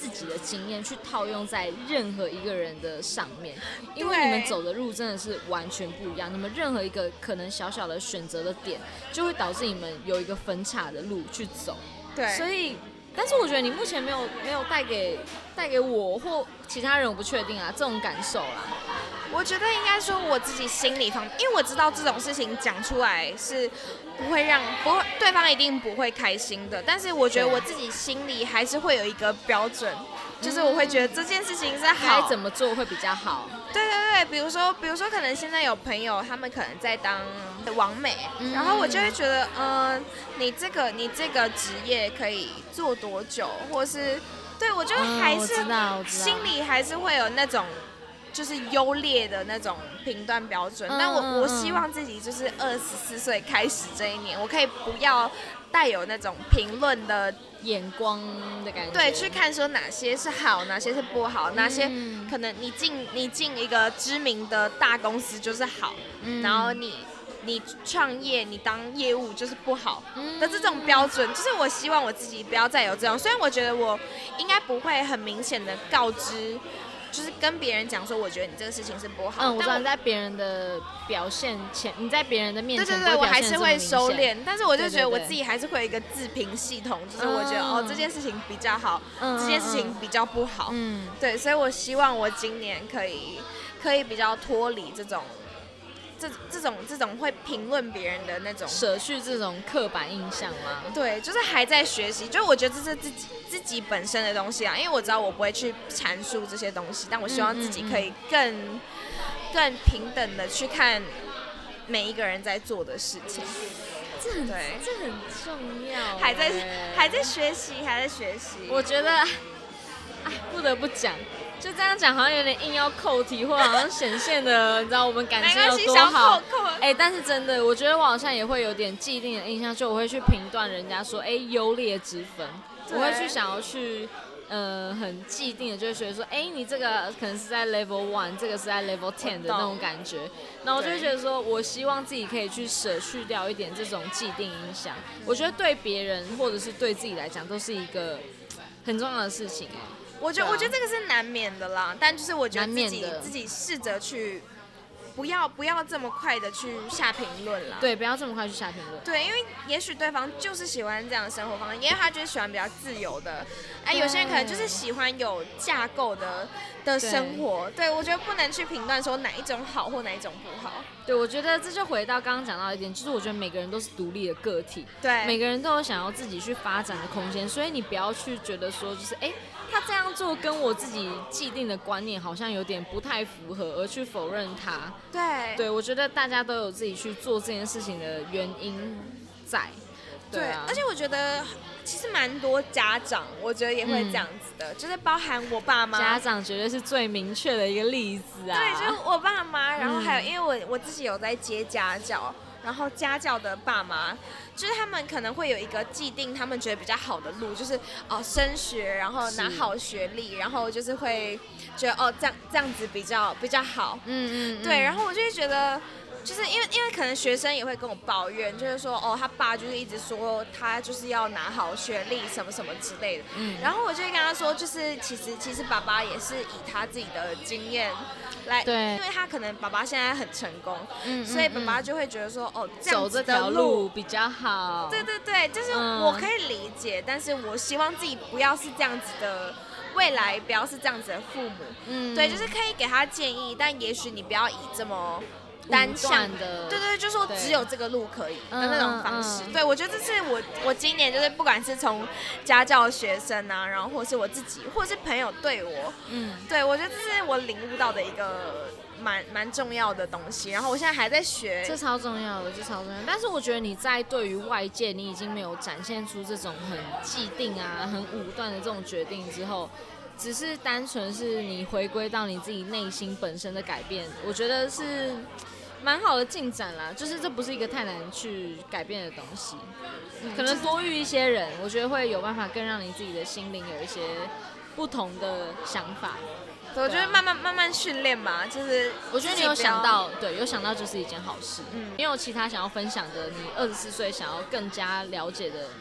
Speaker 1: 自己的经验去套用在任何一个人的上面，因为你们走的路真的是完全不一样，你们任何一个可能小小的选择的点，就会导致你们有一个分岔的路去走。
Speaker 2: 对，
Speaker 1: 所以。但是我觉得你目前没有没有带给带给我或其他人，我不确定啊，这种感受啦。
Speaker 2: 我觉得应该说我自己心理方面，因为我知道这种事情讲出来是不会让不会对方一定不会开心的，但是我觉得我自己心里还是会有一个标准，就是我会觉得这件事情是好，
Speaker 1: 该怎么做会比较好。
Speaker 2: 对对对，比如说比如说可能现在有朋友他们可能在当网美，嗯、然后我就会觉得，嗯、呃，你这个你这个职业可以做多久，或是对我觉得还是、
Speaker 1: 哦、
Speaker 2: 心里还是会有那种。就是优劣的那种评断标准，嗯、但我我希望自己就是二十四岁开始这一年，我可以不要带有那种评论的
Speaker 1: 眼光的感觉，
Speaker 2: 对，去看说哪些是好，哪些是不好，哪些可能你进你进一个知名的大公司就是好，嗯、然后你你创业你当业务就是不好的这种标准，就是我希望我自己不要再有这种，虽然我觉得我应该不会很明显的告知。就是跟别人讲说，我觉得你这个事情是不好。
Speaker 1: 嗯，我知道你在别人的表现前，你在别人的面前，
Speaker 2: 对对对，我还是会收敛。但是我就觉得我自己
Speaker 1: 对对对
Speaker 2: 还是会有一个自评系统，就是我觉得、嗯、哦这件事情比较好，嗯、这件事情比较不好。嗯，对，所以我希望我今年可以可以比较脱离这种。这这种这种会评论别人的那种，
Speaker 1: 舍去这种刻板印象吗？
Speaker 2: 对，就是还在学习，就是我觉得这是自己自己本身的东西啊，因为我知道我不会去阐述这些东西，但我希望自己可以更、嗯嗯嗯、更平等的去看每一个人在做的事情。
Speaker 1: 这很对，这很重要，
Speaker 2: 还在还在学习，还在学习。
Speaker 1: 我觉得，哎，不得不讲。就这样讲好像有点硬要扣题，或好像显现的，你知道我们感情有多好。哎、欸，但是真的，我觉得我好像也会有点既定的印象，就我会去评断人家说，哎、欸，优劣之分，我会去想要去，呃，很既定的，就会觉得说，哎、欸，你这个可能是在 level one， 这个是在 level ten 的那种感觉。那我就会觉得说，我希望自己可以去舍去掉一点这种既定影响。我觉得对别人或者是对自己来讲，都是一个很重要的事情、欸。
Speaker 2: 我觉得、啊、我觉得这个是难免的啦，但就是我觉得自己自己试着去，不要不要这么快的去下评论啦。
Speaker 1: 对，不要这么快去下评论。
Speaker 2: 对，因为也许对方就是喜欢这样的生活方式，因为他就是喜欢比较自由的。哎，有些人可能就是喜欢有架构的的生活。对，对我觉得不能去评断说哪一种好或哪一种不好。
Speaker 1: 对，我觉得这就回到刚刚讲到一点，就是我觉得每个人都是独立的个体，
Speaker 2: 对，
Speaker 1: 每个人都有想要自己去发展的空间，所以你不要去觉得说，就是哎。他这样做跟我自己既定的观念好像有点不太符合，而去否认他。
Speaker 2: 对，
Speaker 1: 对我觉得大家都有自己去做这件事情的原因在。对啊，
Speaker 2: 对，而且我觉得其实蛮多家长，我觉得也会这样子的，嗯、就是包含我爸妈。
Speaker 1: 家长绝对是最明确的一个例子啊。
Speaker 2: 对，就是我爸妈，然后还有、嗯、因为我我自己有在接家教。然后家教的爸妈，就是他们可能会有一个既定，他们觉得比较好的路，就是哦升学，然后拿好学历，然后就是会觉得哦这样这样子比较比较好，嗯嗯，对，然后我就会觉得。就是因为因为可能学生也会跟我抱怨，就是说哦，他爸就是一直说他就是要拿好学历什么什么之类的，嗯，然后我就会跟他说，就是其实其实爸爸也是以他自己的经验来，
Speaker 1: 对，
Speaker 2: 因为他可能爸爸现在很成功，嗯，所以爸爸就会觉得说哦，这样
Speaker 1: 子的路走这条路比较好，
Speaker 2: 对对对，就是我可以理解，嗯、但是我希望自己不要是这样子的。未来不要是这样子的父母，嗯，对，就是可以给他建议，但也许你不要以这么单向
Speaker 1: 的，
Speaker 2: 对对，就是说只有这个路可以的那种方式。嗯嗯、对，我觉得这是我我今年就是不管是从家教学生啊，然后或是我自己，或是朋友对我，嗯，对我觉得这是我领悟到的一个蛮蛮重要的东西。然后我现在还在学，
Speaker 1: 这超重要的，这超重要。但是我觉得你在对于外界，你已经没有展现出这种很既定啊、很武断的这种决定之后。只是单纯是你回归到你自己内心本身的改变，我觉得是蛮好的进展啦。就是这不是一个太难去改变的东西，可能多遇一些人，我觉得会有办法更让你自己的心灵有一些不同的想法。
Speaker 2: 我觉得慢慢慢慢训练吧，就是
Speaker 1: 我觉得你有想到，对，有想到就是一件好事。嗯，你有其他想要分享的？你二十四岁想要更加了解的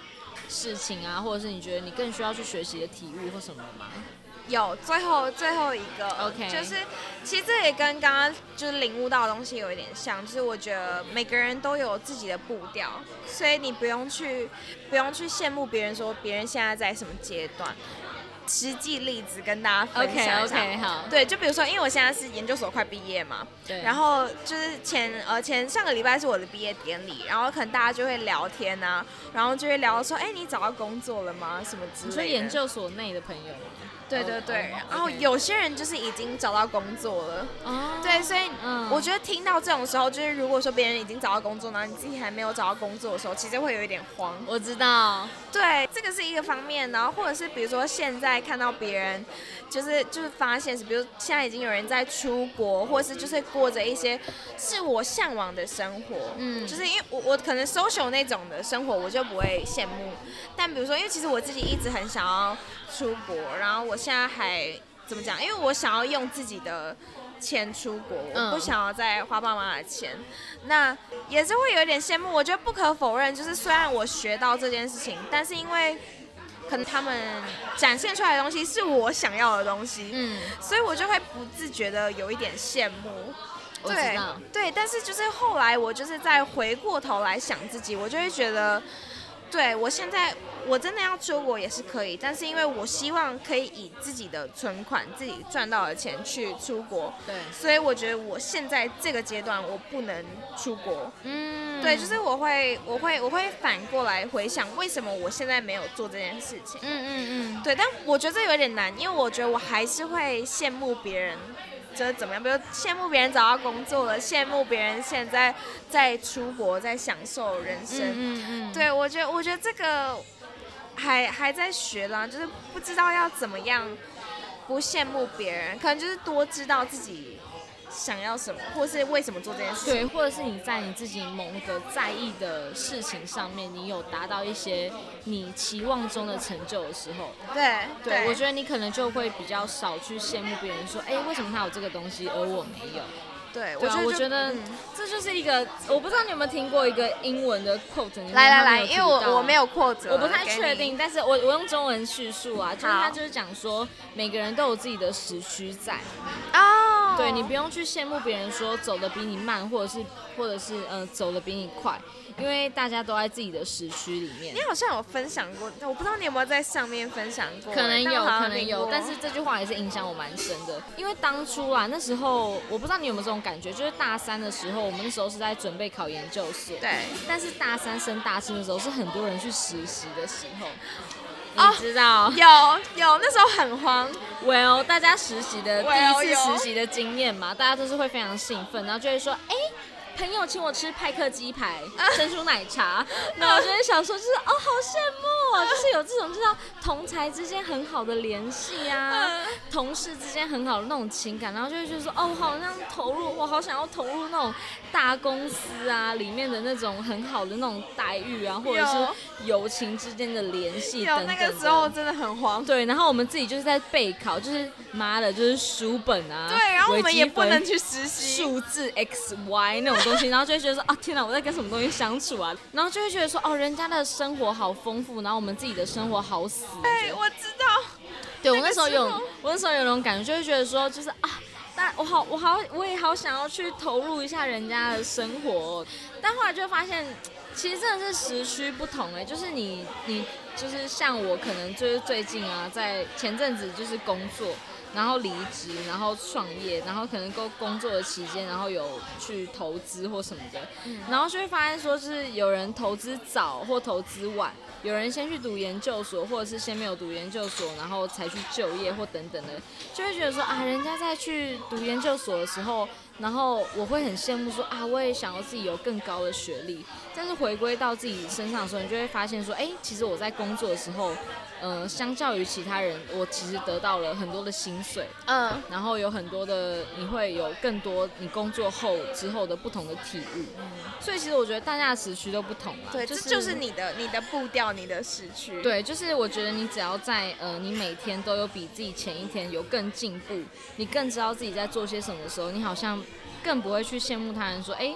Speaker 1: 事情啊，或者是你觉得你更需要去学习的体悟或什么的吗？
Speaker 2: 有，最后最后一个
Speaker 1: OK
Speaker 2: 就是其实这也跟刚刚就是领悟到的东西有一点像，就是我觉得每个人都有自己的步调，所以你不用去不用去羡慕别人说别人现在在什么阶段。实际例子跟大家分享一下。
Speaker 1: OK OK 好。
Speaker 2: 对，就比如说，因为我现在是研究所快毕业嘛，
Speaker 1: 对。
Speaker 2: 然后就是前呃前上个礼拜是我的毕业典礼，然后可能大家就会聊天啊，然后就会聊说，哎、欸，你找到工作了吗？什么之类的。
Speaker 1: 你说研究所内的朋友吗？
Speaker 2: 对对对，
Speaker 1: oh, oh, okay.
Speaker 2: 然后有些人就是已经找到工作了，哦、
Speaker 1: oh,
Speaker 2: 对，所以我觉得听到这种时候，
Speaker 1: 嗯、
Speaker 2: 就是如果说别人已经找到工作，然后你自己还没有找到工作的时候，其实会有一点慌。
Speaker 1: 我知道，
Speaker 2: 对，这个是一个方面，然后或者是比如说现在看到别人，就是就是发现是，比如现在已经有人在出国，或是就是过着一些是我向往的生活，嗯，就是因为我我可能 social 那种的生活，我就不会羡慕，但比如说，因为其实我自己一直很想要出国，然后我现在还怎么讲？因为我想要用自己的钱出国，我不想要再花爸妈的钱，那也是会有点羡慕。我觉得不可否认，就是虽然我学到这件事情，但是因为可能他们展现出来的东西是我想要的东西，嗯，所以我就会不自觉的有一点羡慕。
Speaker 1: 我知道，
Speaker 2: 对，但是就是后来我就是再回过头来想自己，我就会觉得，对我现在我真的要出国也是可以，但是因为我希望可以以自己的存款、自己赚到的钱去出国，
Speaker 1: 对，
Speaker 2: 所以我觉得我现在这个阶段我不能出国，嗯，对，就是我会我会我会反过来回想为什么我现在没有做这件事情，嗯嗯嗯，对，但我觉得这有点难，因为我觉得我还是会羡慕别人。就是怎么样？比如羡慕别人找到工作了，羡慕别人现在在出国，在享受人生。嗯嗯嗯。对，我觉得，我觉得这个还还在学啦，就是不知道要怎么样不羡慕别人，可能就是多知道自己想要什么，或是为什么做这件事情。
Speaker 1: 对，或者是你在你自己某个在意的事情上面，你有达到一些你期望中的成就的时候，
Speaker 2: 对，
Speaker 1: 对，对我觉得你可能就会比较少去羡慕别人说，哎，为什么他有这个东西而我没有？
Speaker 2: 对，
Speaker 1: 对啊，我觉得这就是一个，我不知道你有没有听过一个英文的 quote，
Speaker 2: 来来来，因为我我没有 quote，
Speaker 1: 我不太确定，但是我我用中文叙述啊，就是他就是讲说，每个人都有自己的时区在，哦，对你不用去羡慕别人说走得比你慢，或者是或者是呃走得比你快，因为大家都在自己的时区里面。
Speaker 2: 你好像有分享过，我不知道你有没有在上面分享过，
Speaker 1: 可能有，可能有，但是这句话也是影响我蛮深的，因为当初啊那时候我不知道你有没有这种感觉，就是大三的时候，我们那时候是在准备考研究所，
Speaker 2: 对，
Speaker 1: 但是大三升大四的时候是很多人去实习的时候。你知道、
Speaker 2: 哦、有有那时候很慌
Speaker 1: ，Well， 大家实习的、well, 第一次實習的經驗嘛，大家都是會非常興奮，然後就會說，哎、欸，朋友請我吃派克雞排、珍珠奶茶，那我就會想說，就是哦，好羨慕哦，就是有這種，就是同儕之間很好的聯繫啊，同事之間很好的那種情感，然後就會覺得說，哦，我好像投入，我好想要投入那種大公司啊，裡面的那種很好的那種待遇啊，或者是友情之間的聯繫等等的。
Speaker 2: 有那個時候真的很慌。
Speaker 1: 對，然後我們自己就是在備考，就是媽的，就是書本啊，
Speaker 2: 對，然後我們也不能去實習，
Speaker 1: 數字 X Y 那種東西，然後就會覺得說，啊，天哪，我在跟什麼東西相處啊？然後就會覺得說，哦，人家的生活好豐富，然後我們自己的生活好死。
Speaker 2: 對，我知道。
Speaker 1: 對，我那時候有，我那時候有那種感覺，就會覺得說，就是啊。但我好，我好，我也好想要去投入一下人家的生活、哦，但後來就發現，其實真的是時區不同哎，就是你你就是像我可能就是最近啊，在前陣子就是工作，然後離職，然後創業，然後可能工工作的期間，然後有去投資或什麼的，嗯、然後就會發現說，就是有人投資早或投資晚。有人先去讀研究所，或者是先沒有讀研究所，然後才去就業或等等的，就會覺得說啊，人家在去讀研究所的時候，然後我會很羨慕說啊，我也想要自己有更高的學歷。但是回歸到自己身上的時候，你就會發現說，哎，其實我在工作的時候，呃，相較於其他人，我其實得到了很多的薪水，嗯，然後有很多的，你會有更多你工作後之後的不同的體悟。嗯，所以其實我覺得大家的時區都不同啦。
Speaker 2: 對，就是、這就是你的你的步調。你的時區，
Speaker 1: 對，就是我覺得你只要在呃，你每天都有比自己前一天有更進步，你更知道自己在做些什麼的時候，你好像更不會去羨慕他人說，哎，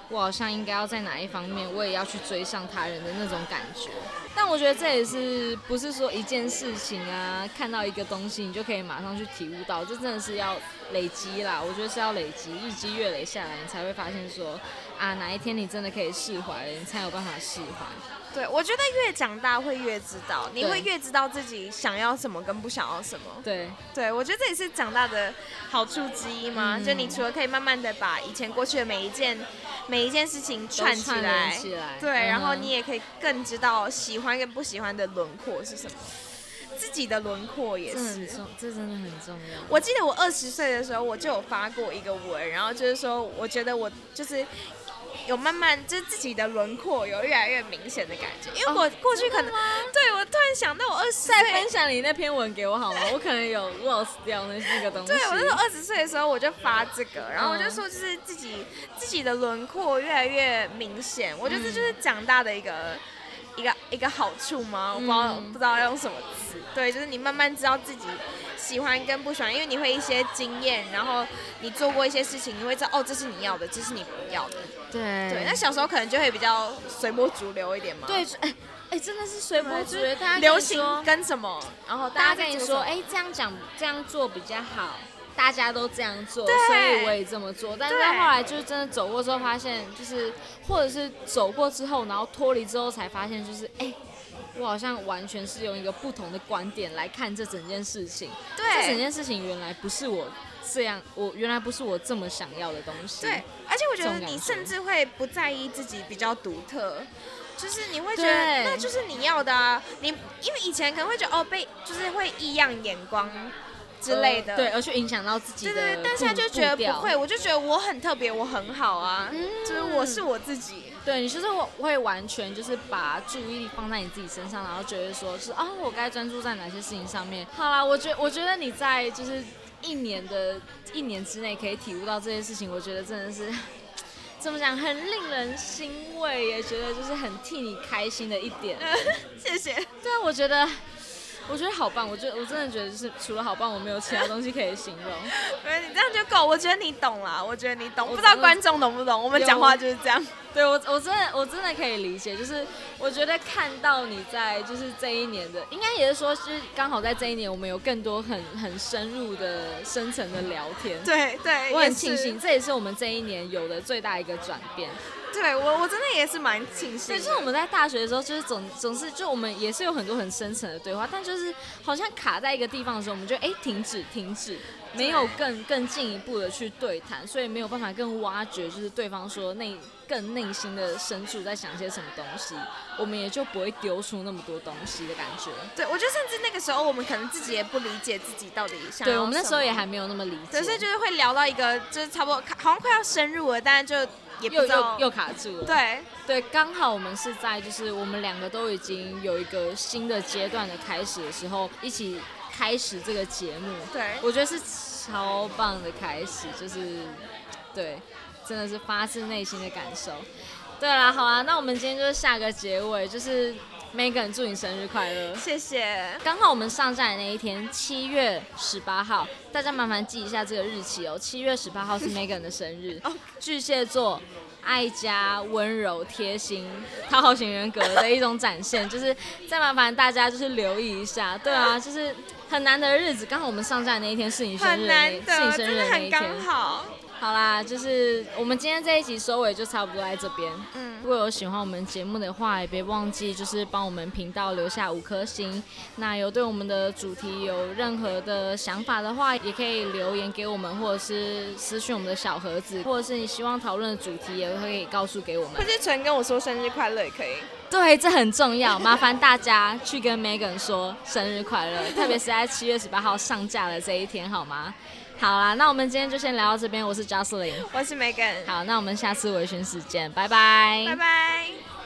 Speaker 1: 我好像应该要在哪一方面，我也要去追上他人的那种感觉。但我觉得这也是不是说一件事情啊，看到一个东西你就可以马上去体悟到，这真的是要累积啦。我觉得是要累积，日积月累下来，你才会发现说啊，哪一天你真的可以释怀了，你才有办法释怀。
Speaker 2: 对，我觉得越长大会越知道，你会越知道自己想要什么跟不想要什么。
Speaker 1: 对，
Speaker 2: 对，我觉得这也是长大的好处之一嘛。嗯、就你除了可以慢慢的把以前过去的每一件每一件事情串起来，
Speaker 1: 起来
Speaker 2: 对、嗯，然后你也可以更知道喜欢跟不喜欢的轮廓是什么。自己的轮廓也是，
Speaker 1: 这, 这真的很重要。
Speaker 2: 我记得我二十岁的时候，我就有发过一个文，然后就是说，我觉得我就是有慢慢，就是自己的轮廓有越来越明显的感觉。因为我过去可能，哦、对我突然想到，我二十岁
Speaker 1: 再分享你那篇文给我好吗？我可能有 lost 掉那那个东西。
Speaker 2: 对，我那时候二十岁的时候，我就发这个，然后我就说，就是自己、嗯、自己的轮廓越来越明显。我觉得这就是长大的一个。一个一个好处吗？我不知道、嗯、不知道要用什么词。对，就是你慢慢知道自己喜欢跟不喜欢，因为你会一些经验，然后你做过一些事情，你会知道哦，这是你要的，这是你不要的。
Speaker 1: 对
Speaker 2: 对，那小时候可能就会比较随波逐流一点嘛。
Speaker 1: 对，哎哎，真的是随波逐流，大家
Speaker 2: 流行跟什么，然后
Speaker 1: 大家跟你说，哎，这样讲这样做比较好。大家都这样做，所以我也这么做。但是到后来就是真的走过之后，发现就是或者是走过之后，然后脱离之后才发现，就是哎、欸，我好像完全是用一个不同的观点来看这整件事情。
Speaker 2: 对，
Speaker 1: 这整件事情原来不是我这样，我原来不是我这么想要的东西。
Speaker 2: 对，而且我觉得你甚至会不在意自己比较独特。就是你会觉得那就是你要的啊，你因为以前可能会觉得哦被就是会异样眼光。之类的、
Speaker 1: 呃，对，而去影响到自己的。
Speaker 2: 对对，但现在就觉得不会，我就觉得我很特别，我很好啊，嗯、就是我是我自己。
Speaker 1: 对，你就是会完全就是把注意力放在你自己身上，然后觉得说是哦，我该专注在哪些事情上面。好啦，我觉我觉得你在就是一年的一年之内可以体悟到这些事情，我觉得真的是怎么讲，很令人欣慰，也觉得就是很替你开心的一点。
Speaker 2: 谢谢。
Speaker 1: 对啊，我觉得。我觉得好棒，我觉得我真的觉得就是除了好棒，我没有其他东西可以形容。
Speaker 2: 你这样就够，我觉得你懂啦，我觉得你懂，不知道观众懂不懂？我们讲话就是这样。
Speaker 1: 对我，我真的我真的可以理解，就是我觉得看到你在就是这一年的，应该也是说，就是刚好在这一年，我们有更多很很深入的、深层的聊天。
Speaker 2: 对对，
Speaker 1: 我很庆幸，这也是我们这一年有的最大一个转变。
Speaker 2: 对我，我真的也是蛮庆幸的。
Speaker 1: 对，就是我们在大学的时候，就是总总是就我们也是有很多很深层的对话，但就是好像卡在一个地方的时候，我们就哎、欸、停止停止，没有更更进一步的去对谈，所以没有办法更挖掘，就是对方说内更内心的深处在想些什么东西，我们也就不会丢出那么多东西的感觉。
Speaker 2: 对，我觉得甚至那个时候我们可能自己也不理解自己到底想要什么。
Speaker 1: 对，我们那时候也还没有那么理解。
Speaker 2: 对，所以就是会聊到一个就是差不多好像快要深入了，但是就。也不
Speaker 1: 又又又卡住了。
Speaker 2: 对
Speaker 1: 对，刚好我们是在就是我们两个都已经有一个新的阶段的开始的时候，一起开始这个节目。
Speaker 2: 对，
Speaker 1: 我觉得是超棒的开始，就是对，真的是发自内心的感受。对啦，好啦，那我们今天就是下个结尾，就是 Megan 祝你生日快乐，
Speaker 2: 谢谢。
Speaker 1: 刚好我们上架的那一天，七月十八号，大家麻烦记一下这个日期哦。七月十八号是 Megan 的生日，巨蟹座，爱家、温柔、贴心、讨好型人格的一种展现，就是再麻烦大家就是留意一下。对啊，就是很难得的日子，刚好我们上架的那一天是你生日的那，
Speaker 2: 很难得，
Speaker 1: 是你生日的那一天，
Speaker 2: 真的很刚好。
Speaker 1: 好啦，就是我们今天这一集收尾就差不多在这边。
Speaker 2: 嗯，
Speaker 1: 如果有喜欢我们节目的话，也别忘记就是帮我们频道留下五颗星。那有对我们的主题有任何的想法的话，也可以留言给我们，或者是私讯我们的小盒子，或者是你希望讨论的主题，也可以告诉给我们。
Speaker 2: 或是纯跟我说生日快乐也可以。
Speaker 1: 对，这很重要，麻烦大家去跟 Megan 说生日快乐，特别是在七月十八号上架的这一天，好吗？好啦，那我们今天就先聊到这边。我是 Jocelyn，
Speaker 2: 我是 Megan。
Speaker 1: 好，那我们下次微醺时见，拜拜，
Speaker 2: 拜拜。